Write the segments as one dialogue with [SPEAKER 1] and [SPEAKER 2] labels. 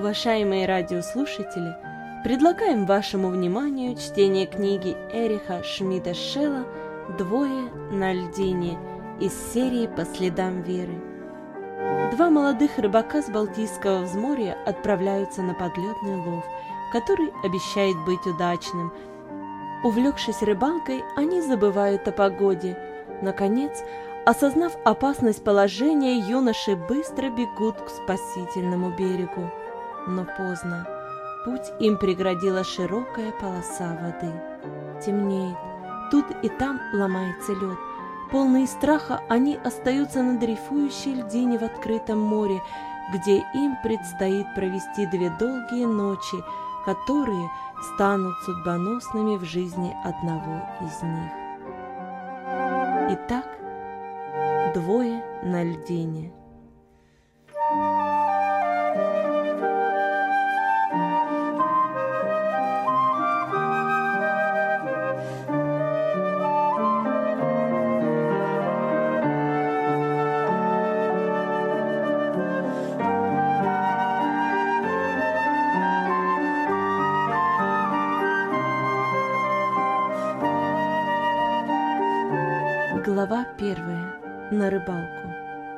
[SPEAKER 1] Уважаемые радиослушатели, предлагаем вашему вниманию чтение книги Эриха Шмидта Шелла «Двое на льдине» из серии «По следам веры». Два молодых рыбака с Балтийского взморья отправляются на подледный лов, который обещает быть удачным. Увлекшись рыбалкой, они забывают о погоде. Наконец, осознав опасность положения, юноши быстро бегут к спасительному берегу. Но поздно. Путь им преградила широкая полоса воды. Темнеет. Тут и там ломается лед. Полные страха, они остаются на дрейфующей льдине в открытом море, где им предстоит провести 2 долгие ночи, которые станут судьбоносными в жизни одного из них. Итак, 2 на льдине. Глава 1. На рыбалку.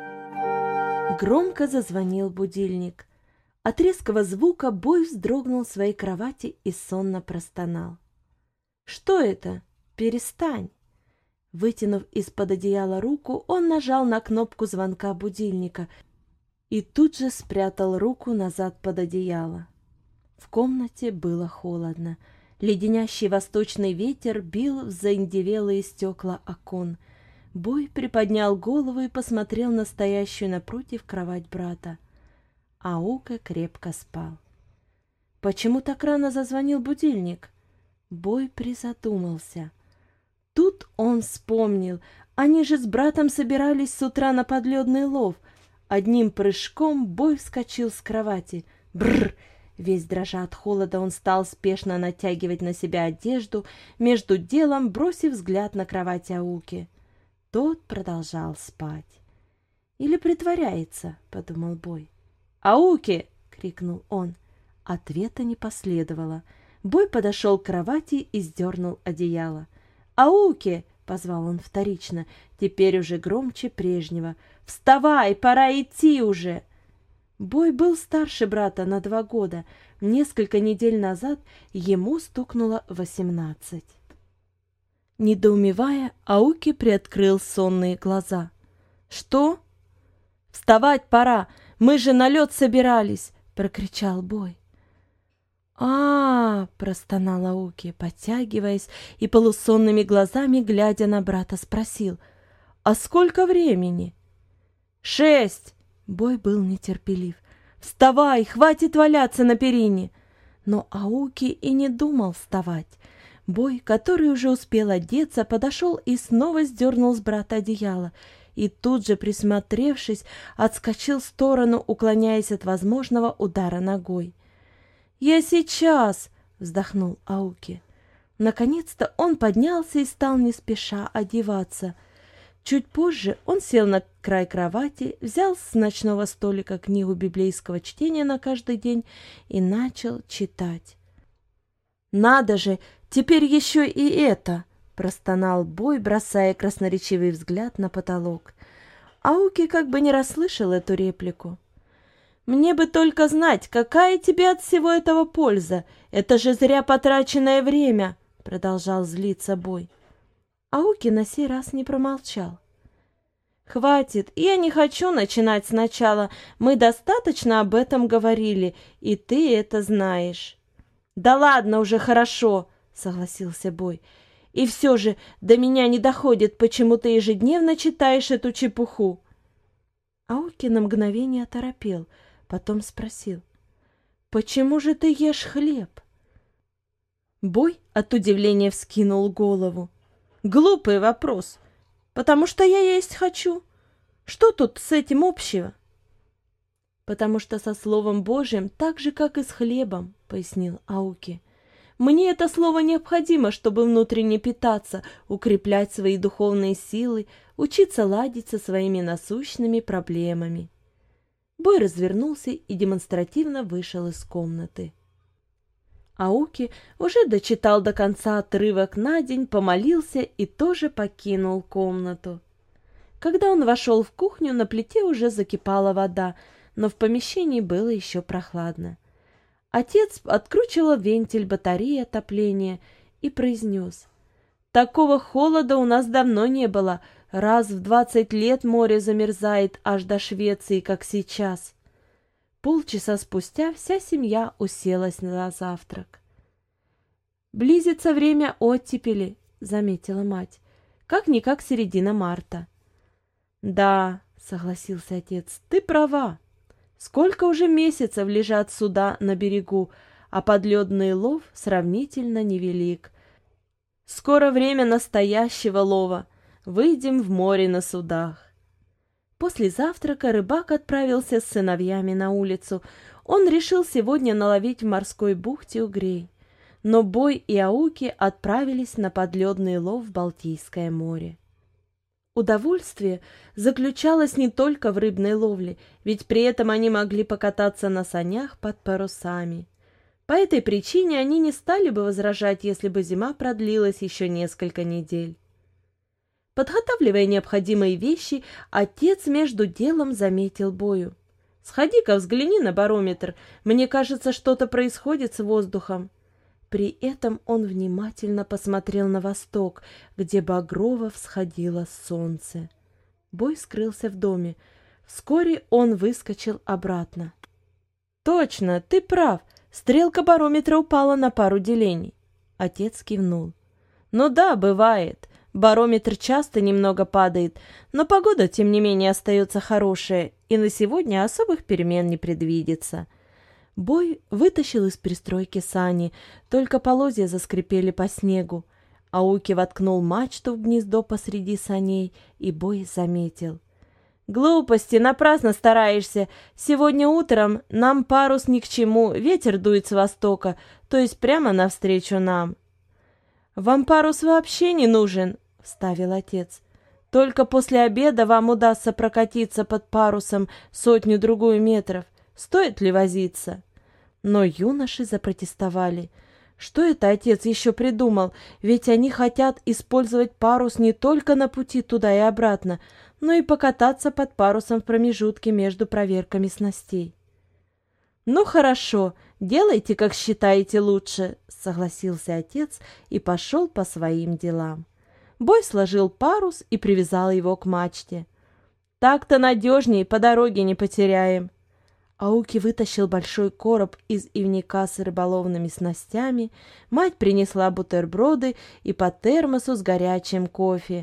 [SPEAKER 1] Громко зазвонил будильник. От резкого звука Бой вздрогнул в своей кровати и сонно простонал. «Что это? Перестань!» Вытянув из-под одеяла руку, он нажал на кнопку звонка будильника и тут же спрятал руку назад под одеяло. В комнате было холодно. Леденящий восточный ветер бил в заиндевелые стекла окон. Бой приподнял голову и посмотрел на стоящую напротив кровать брата. Аука крепко спал. Почему так рано зазвонил будильник? Бой призадумался. Тут он вспомнил. Они же с братом собирались с утра на подледный лов. Одним прыжком Бой вскочил с кровати. Бррр! Весь дрожа от холода, он стал спешно натягивать на себя одежду, между делом бросив взгляд на кровать Ауки. Тот продолжал спать. «Или притворяется», — подумал Бой. «Ауки!» — крикнул он. Ответа не последовало. Бой подошел к кровати и сдернул одеяло. «Ауки!» — позвал он вторично, теперь уже громче прежнего. «Вставай, пора идти уже!» Бой был старше брата на 2 года. Несколько недель назад ему стукнуло 18. Недоумевая, Ауки приоткрыл сонные глаза. «Что? Вставать пора! Мы же на лед собирались!» — прокричал Бой. Простонал Ауки, подтягиваясь и полусонными глазами, глядя на брата, спросил. «А сколько времени?» 6! Бой был нетерпелив. «Вставай, хватит валяться на перине!» Но Ауки и не думал вставать. Бой, который уже успел одеться, подошел и снова сдернул с брата одеяло, и тут же, присмотревшись, отскочил в сторону, уклоняясь от возможного удара ногой. «Я сейчас!» — вздохнул Ауки. Наконец-то он поднялся и стал не спеша одеваться. Чуть позже он сел на край кровати, взял с ночного столика книгу библейского чтения на каждый день и начал читать. «Надо же, теперь еще и это!» — простонал Бой, бросая красноречивый взгляд на потолок. Ауки как бы не расслышал эту реплику. «Мне бы только знать, какая тебе от всего этого польза! Это же зря потраченное время!» — продолжал злиться Бой. Ауки на сей раз не промолчал. «Хватит, я не хочу начинать сначала. Мы достаточно об этом говорили, и ты это знаешь». «Да ладно уже, хорошо», — согласился Бой. «И все же до меня не доходит, почему ты ежедневно читаешь эту чепуху». Ауки на мгновение оторопел, потом спросил. «Почему же ты ешь хлеб?» Бой от удивления вскинул голову. «Глупый вопрос, потому что я есть хочу. Что тут с этим общего?» «Потому что со Словом Божьим так же, как и с хлебом», — пояснил Ауки. «Мне это слово необходимо, чтобы внутренне питаться, укреплять свои духовные силы, учиться ладить со своими насущными проблемами». Бой развернулся и демонстративно вышел из комнаты. Ауки уже дочитал до конца отрывок на день, помолился и тоже покинул комнату. Когда он вошел в кухню, на плите уже закипала вода, но в помещении было еще прохладно. Отец откручивал вентиль батареи отопления и произнес: «Такого холода у нас давно не было. Раз в 20 лет море замерзает аж до Швеции, как сейчас». Полчаса спустя вся семья уселась на завтрак. «Близится время оттепели», — заметила мать. «Как-никак середина марта». «Да», — согласился отец, — «ты права. Сколько уже месяцев лежат суда на берегу, а подледный лов сравнительно невелик. Скоро время настоящего лова. Выйдем в море на судах». После завтрака рыбак отправился с сыновьями на улицу. Он решил сегодня наловить в морской бухте угрей. Но Бой и Ауки отправились на подледный лов в Балтийское море. Удовольствие заключалось не только в рыбной ловле, ведь при этом они могли покататься на санях под парусами. По этой причине они не стали бы возражать, если бы зима продлилась еще несколько недель. Подготавливая необходимые вещи, отец между делом заметил Бою: «Сходи-ка, взгляни на барометр. Мне кажется, что-то происходит с воздухом». При этом он внимательно посмотрел на восток, где багрово всходило солнце. Бой скрылся в доме. Вскоре он выскочил обратно. «Точно, ты прав. Стрелка барометра упала на пару делений». Отец кивнул. «Ну да, бывает. Барометр часто немного падает, но погода, тем не менее, остается хорошая, и на сегодня особых перемен не предвидится». Бой вытащил из пристройки сани, только полозья заскрипели по снегу. Ауки воткнул мачту в гнездо посреди саней, и Бой заметил: «Глупости, напрасно стараешься. Сегодня утром нам парус ни к чему, ветер дует с востока, то есть прямо навстречу нам». «Вам парус вообще не нужен», — вставил отец. «Только после обеда вам удастся прокатиться под парусом 100-другую метров. Стоит ли возиться?» Но юноши запротестовали. Что это отец еще придумал? Ведь они хотят использовать парус не только на пути туда и обратно, но и покататься под парусом в промежутке между проверками снастей. «Ну хорошо, делайте, как считаете лучше», — согласился отец и пошел по своим делам. Бой сложил парус и привязал его к мачте. «Так-то надежней, по дороге не потеряем». Ауки вытащил большой короб из ивника с рыболовными снастями, мать принесла бутерброды и по термосу с горячим кофе.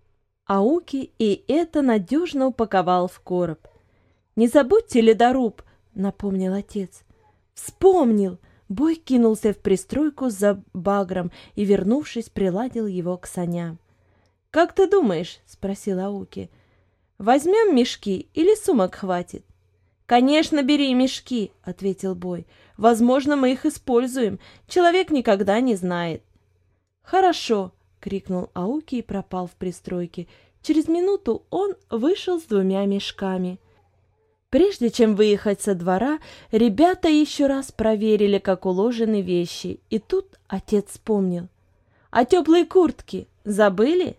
[SPEAKER 1] Ауки и это надежно упаковал в короб. «Не забудьте ледоруб», — напомнил отец. «Вспомнил!» Бой кинулся в пристройку за багром и, вернувшись, приладил его к саням. «Как ты думаешь?» — спросил Ауки. «Возьмем мешки или сумок хватит?» «Конечно, бери мешки», — ответил Бой. «Возможно, мы их используем. Человек никогда не знает». «Хорошо», — крикнул Ауки и пропал в пристройке. Через минуту он вышел с 2 мешками. Прежде чем выехать со двора, ребята еще раз проверили, как уложены вещи. И тут отец вспомнил: «А теплые куртки забыли?»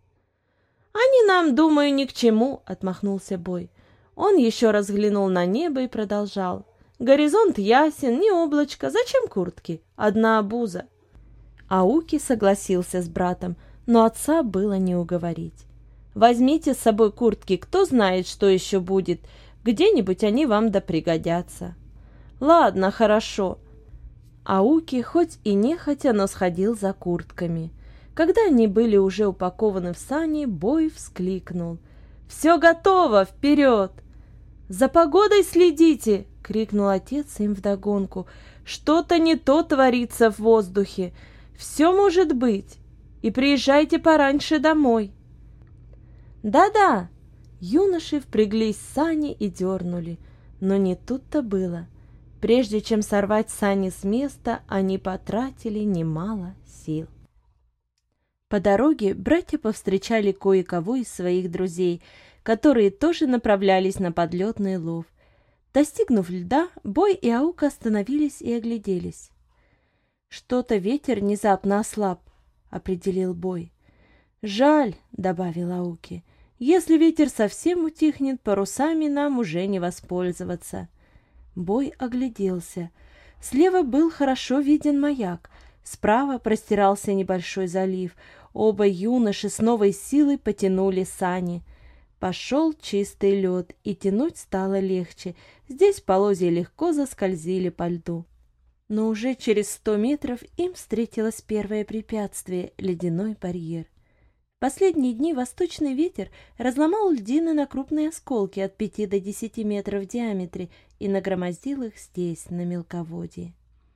[SPEAKER 1] «Они нам, думаю, ни к чему», — отмахнулся Бой. Он еще раз взглянул на небо и продолжал: «Горизонт ясен, не облачко, зачем куртки? Одна обуза». Ауки согласился с братом, но отца было не уговорить. «Возьмите с собой куртки, кто знает, что еще будет. Где-нибудь они вам да пригодятся». «Ладно, хорошо». Ауки хоть и нехотя, но сходил за куртками. Когда они были уже упакованы в сани, Бой вскликнул: «Все готово, вперед!» «За погодой следите!» — крикнул отец им вдогонку. «Что-то не то творится в воздухе. Все может быть. И приезжайте пораньше домой». «Да-да!» Юноши впряглись в сани и дернули. Но не тут-то было. Прежде чем сорвать сани с места, они потратили немало сил. По дороге братья повстречали кое-кого из своих друзей, которые тоже направлялись на подледный лов. Достигнув льда, Бой и Аука остановились и огляделись. «Что-то ветер внезапно ослаб», — определил Бой. «Жаль», — добавил Ауки, — «если ветер совсем утихнет, парусами нам уже не воспользоваться». Бой огляделся. Слева был хорошо виден маяк, справа простирался небольшой залив. Оба юноши с новой силой потянули сани. Пошел чистый лед, и тянуть стало легче. Здесь полозья легко заскользили по льду. Но уже через 100 метров им встретилось первое препятствие — ледяной барьер. В последние дни восточный ветер разломал льдины на крупные осколки от 5 до 10 метров в диаметре и нагромоздил их здесь, на мелководье.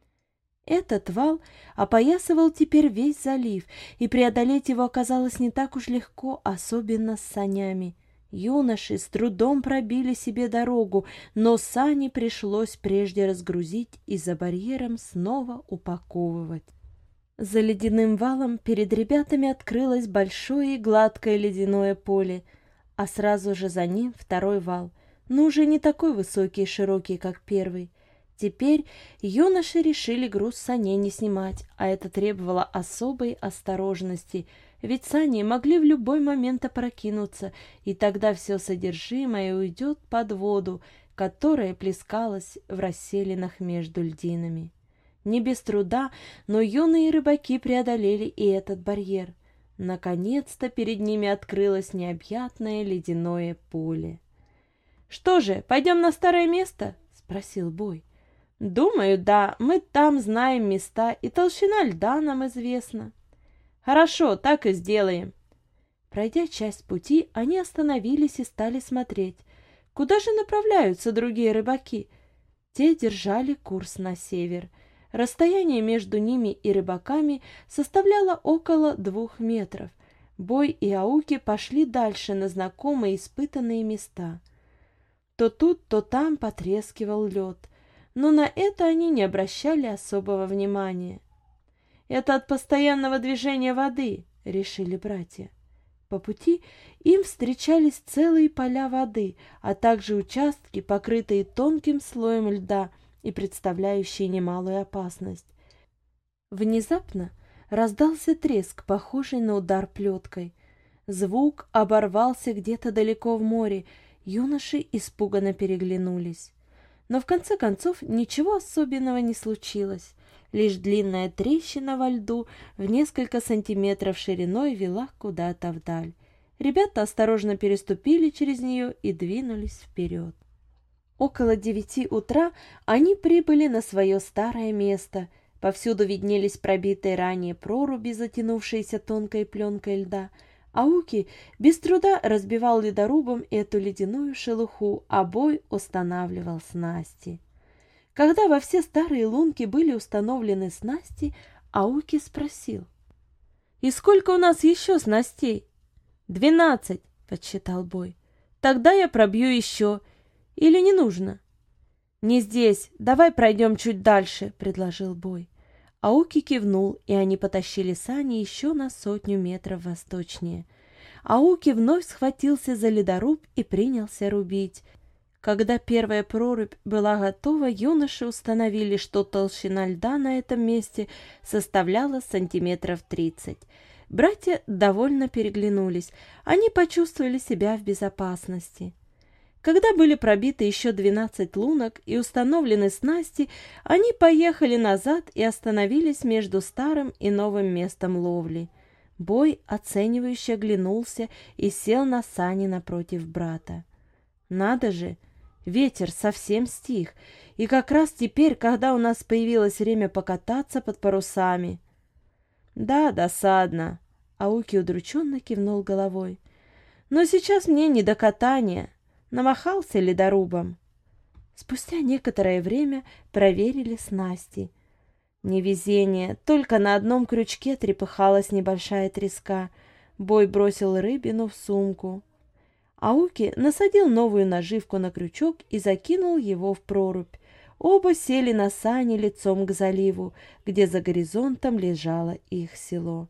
[SPEAKER 1] Этот вал опоясывал теперь весь залив, и преодолеть его оказалось не так уж легко, особенно с санями. Юноши с трудом пробили себе дорогу, но сани пришлось прежде разгрузить и за барьером снова упаковывать. За ледяным валом перед ребятами открылось большое и гладкое ледяное поле, а сразу же за ним второй вал, но уже не такой высокий и широкий, как первый. Теперь юноши решили груз саней не снимать, а это требовало особой осторожности, ведь сани могли в любой момент опрокинуться, и тогда все содержимое уйдет под воду, которая плескалась в расселинах между льдинами. Не без труда, но юные рыбаки преодолели и этот барьер. Наконец-то перед ними открылось необъятное ледяное поле. «Что же, пойдем на старое место?» — спросил Бой. «Думаю, да, мы там знаем места, и толщина льда нам известна». «Хорошо, так и сделаем». Пройдя часть пути, они остановились и стали смотреть, куда же направляются другие рыбаки. Те держали курс на север. Расстояние между ними и рыбаками составляло около 2 метров. Бой и Ауки пошли дальше на знакомые испытанные места. То тут, то там потрескивал лед, но на это они не обращали особого внимания. «Это от постоянного движения воды», — решили братья. По пути им встречались целые поля воды, а также участки, покрытые тонким слоем льда и представляющие немалую опасность. Внезапно раздался треск, похожий на удар плеткой. Звук оборвался где-то далеко в море. Юноши испуганно переглянулись. Но в конце концов ничего особенного не случилось. Лишь длинная трещина во льду в несколько сантиметров шириной вела куда-то вдаль. Ребята осторожно переступили через нее и двинулись вперед. Около 9 утра они прибыли на свое старое место. Повсюду виднелись пробитые ранее проруби, затянувшиеся тонкой пленкой льда. Ауки без труда разбивал ледорубом эту ледяную шелуху, а Бой устанавливал снасти. Когда во все старые лунки были установлены снасти, Ауки спросил: «И сколько у нас еще снастей?» 12, подсчитал Бой. «Тогда я пробью еще. Или не нужно?» «Не здесь. Давай пройдем чуть дальше», — предложил Бой. Ауки кивнул, и они потащили сани еще на 100 метров восточнее. Ауки вновь схватился за ледоруб и принялся рубить. Когда первая прорубь была готова, юноши установили, что толщина льда на этом месте составляла сантиметров 30. Братья довольно переглянулись. Они почувствовали себя в безопасности. Когда были пробиты еще 12 лунок и установлены снасти, они поехали назад и остановились между старым и новым местом ловли. Бой оценивающе оглянулся и сел на сани напротив брата. «Надо же! Ветер совсем стих, и как раз теперь, когда у нас появилось время покататься под парусами». «Да, досадно», — Ауки удрученно кивнул головой. «Но сейчас мне не до катания. Намахался ледорубом». Спустя некоторое время проверили снасти. Невезение, только на одном крючке трепыхалась небольшая треска. Бой бросил рыбину в сумку. Ауки насадил новую наживку на крючок и закинул его в прорубь. Оба сели на сани лицом к заливу, где за горизонтом лежало их село.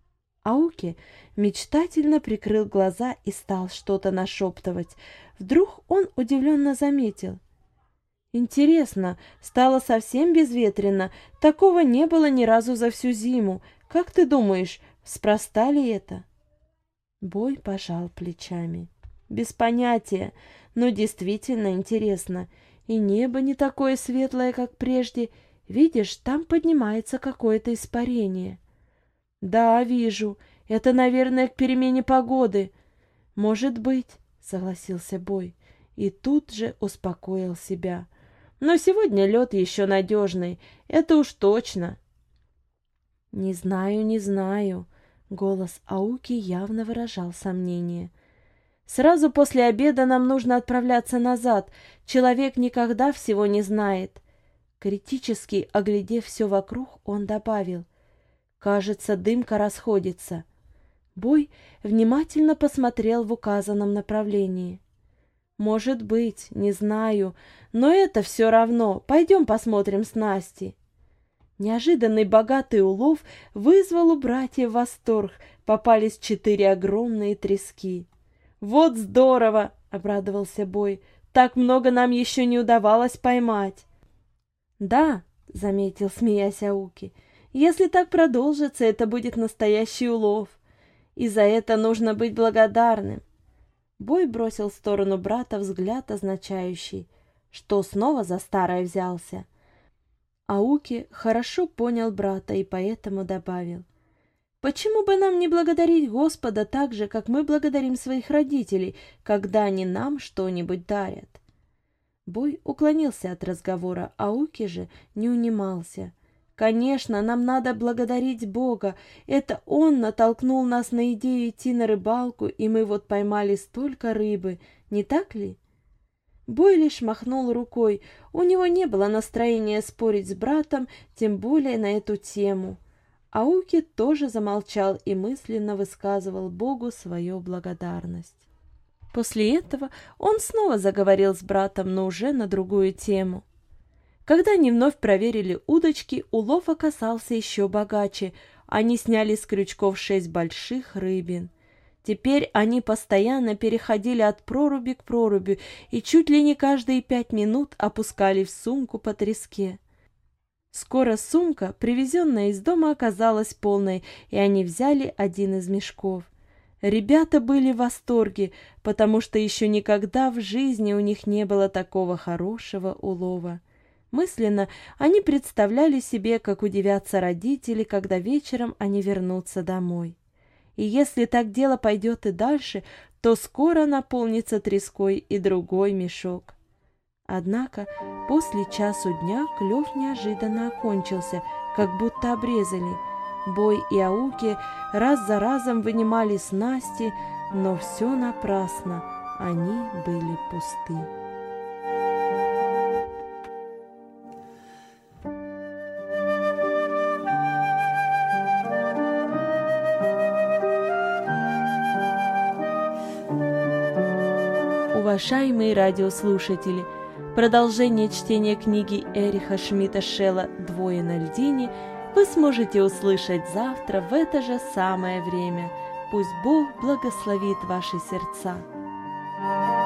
[SPEAKER 1] Ауки мечтательно прикрыл глаза и стал что-то нашептывать. Вдруг он удивленно заметил: Интересно, стало совсем безветренно, такого не было ни разу за всю зиму. Как ты думаешь, спроста ли это? Бой пожал плечами. Без понятия, но действительно интересно. И небо не такое светлое, как прежде. Видишь, там поднимается какое-то испарение. Да, вижу. Это, наверное, к перемене погоды. Может быть, согласился Бой. И тут же успокоил себя. Но сегодня лед еще надежный. Это уж точно. Не знаю, не знаю. Голос Ауки явно выражал сомнение. Сразу после обеда нам нужно отправляться назад. Человек никогда всего не знает. Критически оглядев все вокруг, он добавил. Кажется, дымка расходится. Бой внимательно посмотрел в указанном направлении. Может быть, не знаю, но это все равно. Пойдем посмотрим снасти. Неожиданный богатый улов вызвал у братьев восторг. Попались 4 огромные трески. «Вот здорово!» — обрадовался Бой. «Так много нам еще не удавалось поймать». «Да», — заметил, смеясь Ауки, — «если так продолжится, это будет настоящий улов. И за это нужно быть благодарным». Бой бросил в сторону брата взгляд, означающий, что снова за старое взялся. Ауки хорошо понял брата и поэтому добавил. «Почему бы нам не благодарить Господа так же, как мы благодарим своих родителей, когда они нам что-нибудь дарят?» Бой уклонился от разговора, Ауки же не унимался. «Конечно, нам надо благодарить Бога. Это Он натолкнул нас на идею идти на рыбалку, и мы вот поймали столько рыбы, не так ли?» Бой лишь махнул рукой. У него не было настроения спорить с братом, тем более на эту тему. Ауки тоже замолчал и мысленно высказывал Богу свою благодарность. После этого он снова заговорил с братом, но уже на другую тему. Когда они вновь проверили удочки, улов оказался еще богаче. Они сняли с крючков 6 больших рыбин. Теперь они постоянно переходили от проруби к проруби и чуть ли не каждые 5 минут опускали в сумку по треске. Скоро сумка, привезенная из дома, оказалась полной, и они взяли один из мешков. Ребята были в восторге, потому что еще никогда в жизни у них не было такого хорошего улова. Мысленно они представляли себе, как удивятся родители, когда вечером они вернутся домой. И если так дело пойдет и дальше, то скоро наполнится треской и другой мешок. Однако после часу дня клев неожиданно окончился, как будто обрезали. Бой и Ауки раз за разом вынимали снасти, но все напрасно, они были пусты. Уважаемые радиослушатели, продолжение чтения книги Эриха Шмидта Шелла «Двое на льдине» вы сможете услышать завтра в это же самое время. Пусть Бог благословит ваши сердца.